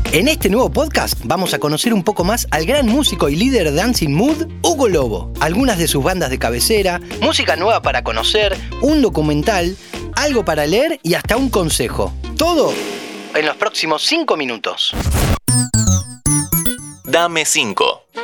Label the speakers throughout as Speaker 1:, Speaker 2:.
Speaker 1: En este nuevo podcast vamos a conocer un poco más al gran músico y líder de Dancing Mood, Hugo Lobo, algunas de sus bandas de cabecera, música nueva para conocer, un documental, algo para leer y hasta un consejo. Todo en los próximos 5 minutos.
Speaker 2: Dame 5.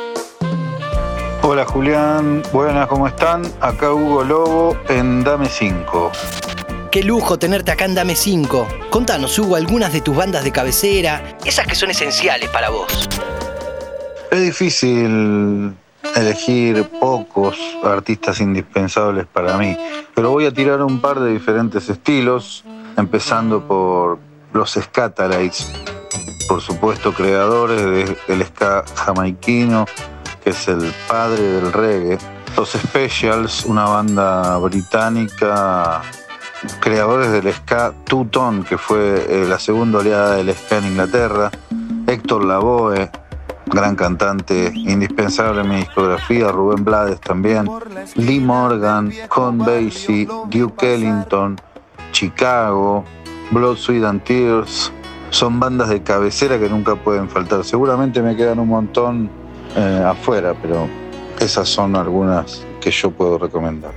Speaker 3: Hola Julián, buenas, ¿cómo están? Acá Hugo Lobo en Dame 5.
Speaker 1: Qué lujo tenerte acá en Dame 5. Contanos, Hugo, algunas de tus bandas de cabecera, esas que son esenciales para vos.
Speaker 3: Es difícil elegir pocos artistas indispensables para mí, pero voy a tirar un par de diferentes estilos, empezando por los Skatalites, por supuesto creadores del ska jamaiquino, que es el padre del reggae. Los Specials, una banda británica, creadores del ska two-tone, que fue la segunda oleada del ska en Inglaterra. Héctor Lavoe, gran cantante, indispensable en mi discografía. Rubén Blades también. Lee Morgan, Count Basie, Duke Ellington, Chicago, Blood, Sweat and Tears. Son bandas de cabecera que nunca pueden faltar. Seguramente me quedan un montón afuera, pero esas son algunas que yo puedo recomendar.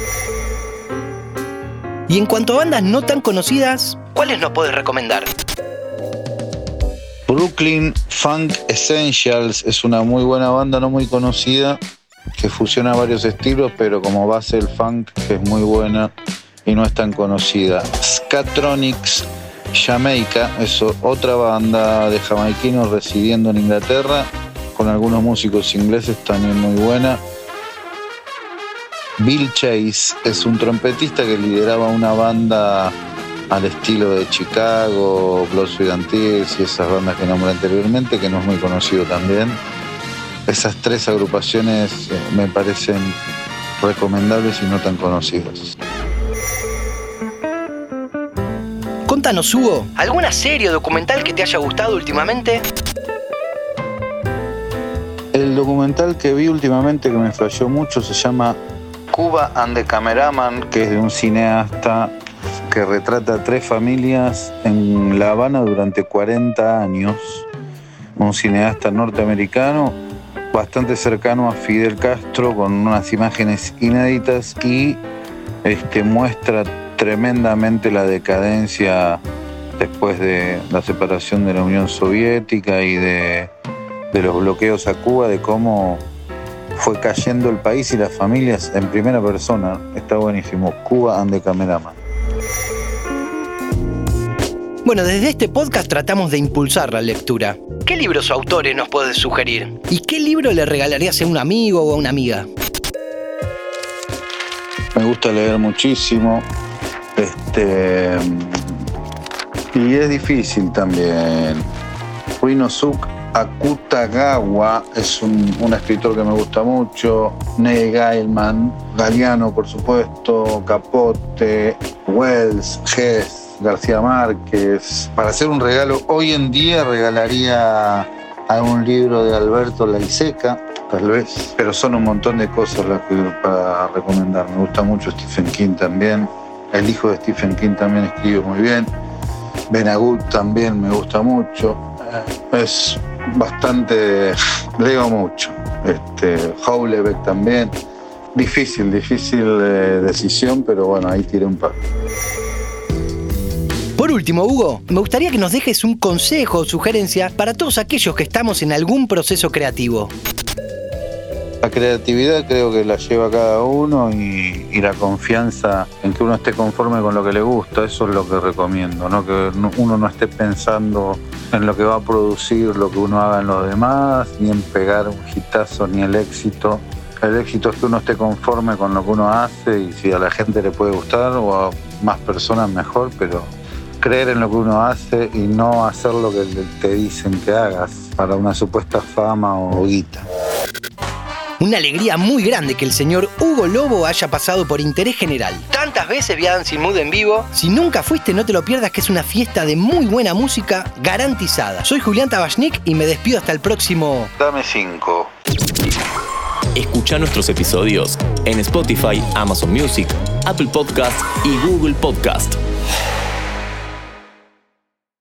Speaker 1: Y en cuanto a bandas no tan conocidas, ¿cuáles nos puedes recomendar?
Speaker 3: Brooklyn Funk Essentials es una muy buena banda, no muy conocida, que fusiona varios estilos, pero como base el funk es muy buena y no es tan conocida. Skatronics Jamaica es otra banda de jamaiquinos residiendo en Inglaterra, con algunos músicos ingleses, también muy buena. Bill Chase es un trompetista que lideraba una banda al estilo de Chicago, Blood, Sweat and Tears y esas bandas que nombré anteriormente, que no es muy conocido también. Esas tres agrupaciones me parecen recomendables y no tan conocidas.
Speaker 1: Contanos, Hugo, ¿alguna serie o documental que te haya gustado últimamente?
Speaker 3: El documental que vi últimamente que me flasheó mucho se llama Cuba and the Cameraman, que es de un cineasta que retrata a 3 familias en La Habana durante 40 años. Un cineasta norteamericano bastante cercano a Fidel Castro, con unas imágenes inéditas, y muestra tremendamente la decadencia después de la separación de la Unión Soviética y de los bloqueos a Cuba, de cómo fue cayendo el país y las familias en primera persona. Está buenísimo. Cuba and the Cameraman.
Speaker 1: Bueno, desde este podcast tratamos de impulsar la lectura. ¿Qué libros o autores nos puedes sugerir? ¿Y qué libro le regalarías a un amigo o a una amiga?
Speaker 3: Me gusta leer muchísimo. Y es difícil también. Ryunosuke Akutagawa es un escritor que me gusta mucho. Neil Gaiman, Galeano, por supuesto, Capote, Wells, Hess, García Márquez. Para hacer un regalo, hoy en día regalaría algún libro de Alberto Laiseca, tal vez. Pero son un montón de cosas las que para recomendar. Me gusta mucho Stephen King también. El hijo de Stephen King también escribe muy bien. Ben Agut también me gusta mucho. Es bastante, leo mucho. Houellebecq también. Difícil decisión, pero bueno, ahí tiré un par.
Speaker 1: Por último, Hugo, me gustaría que nos dejes un consejo o sugerencia para todos aquellos que estamos en algún proceso creativo.
Speaker 3: La creatividad creo que la lleva cada uno y la confianza en que uno esté conforme con lo que le gusta. Eso es lo que recomiendo, ¿no? Que uno no esté pensando en lo que va a producir, lo que uno haga en los demás, ni en pegar un hitazo, ni el éxito. El éxito es que uno esté conforme con lo que uno hace, y si a la gente le puede gustar o a más personas mejor, pero creer en lo que uno hace y no hacer lo que te dicen que hagas para una supuesta fama o guita.
Speaker 1: Una alegría muy grande que el señor Hugo Lobo haya pasado por Interés General. Tantas veces vi a Dancing Mood en vivo. Si nunca fuiste, no te lo pierdas, que es una fiesta de muy buena música garantizada. Soy Julián Tabachnik y me despido hasta el próximo
Speaker 3: Dame 5.
Speaker 2: Escucha nuestros episodios en Spotify, Amazon Music, Apple Podcasts y Google Podcast.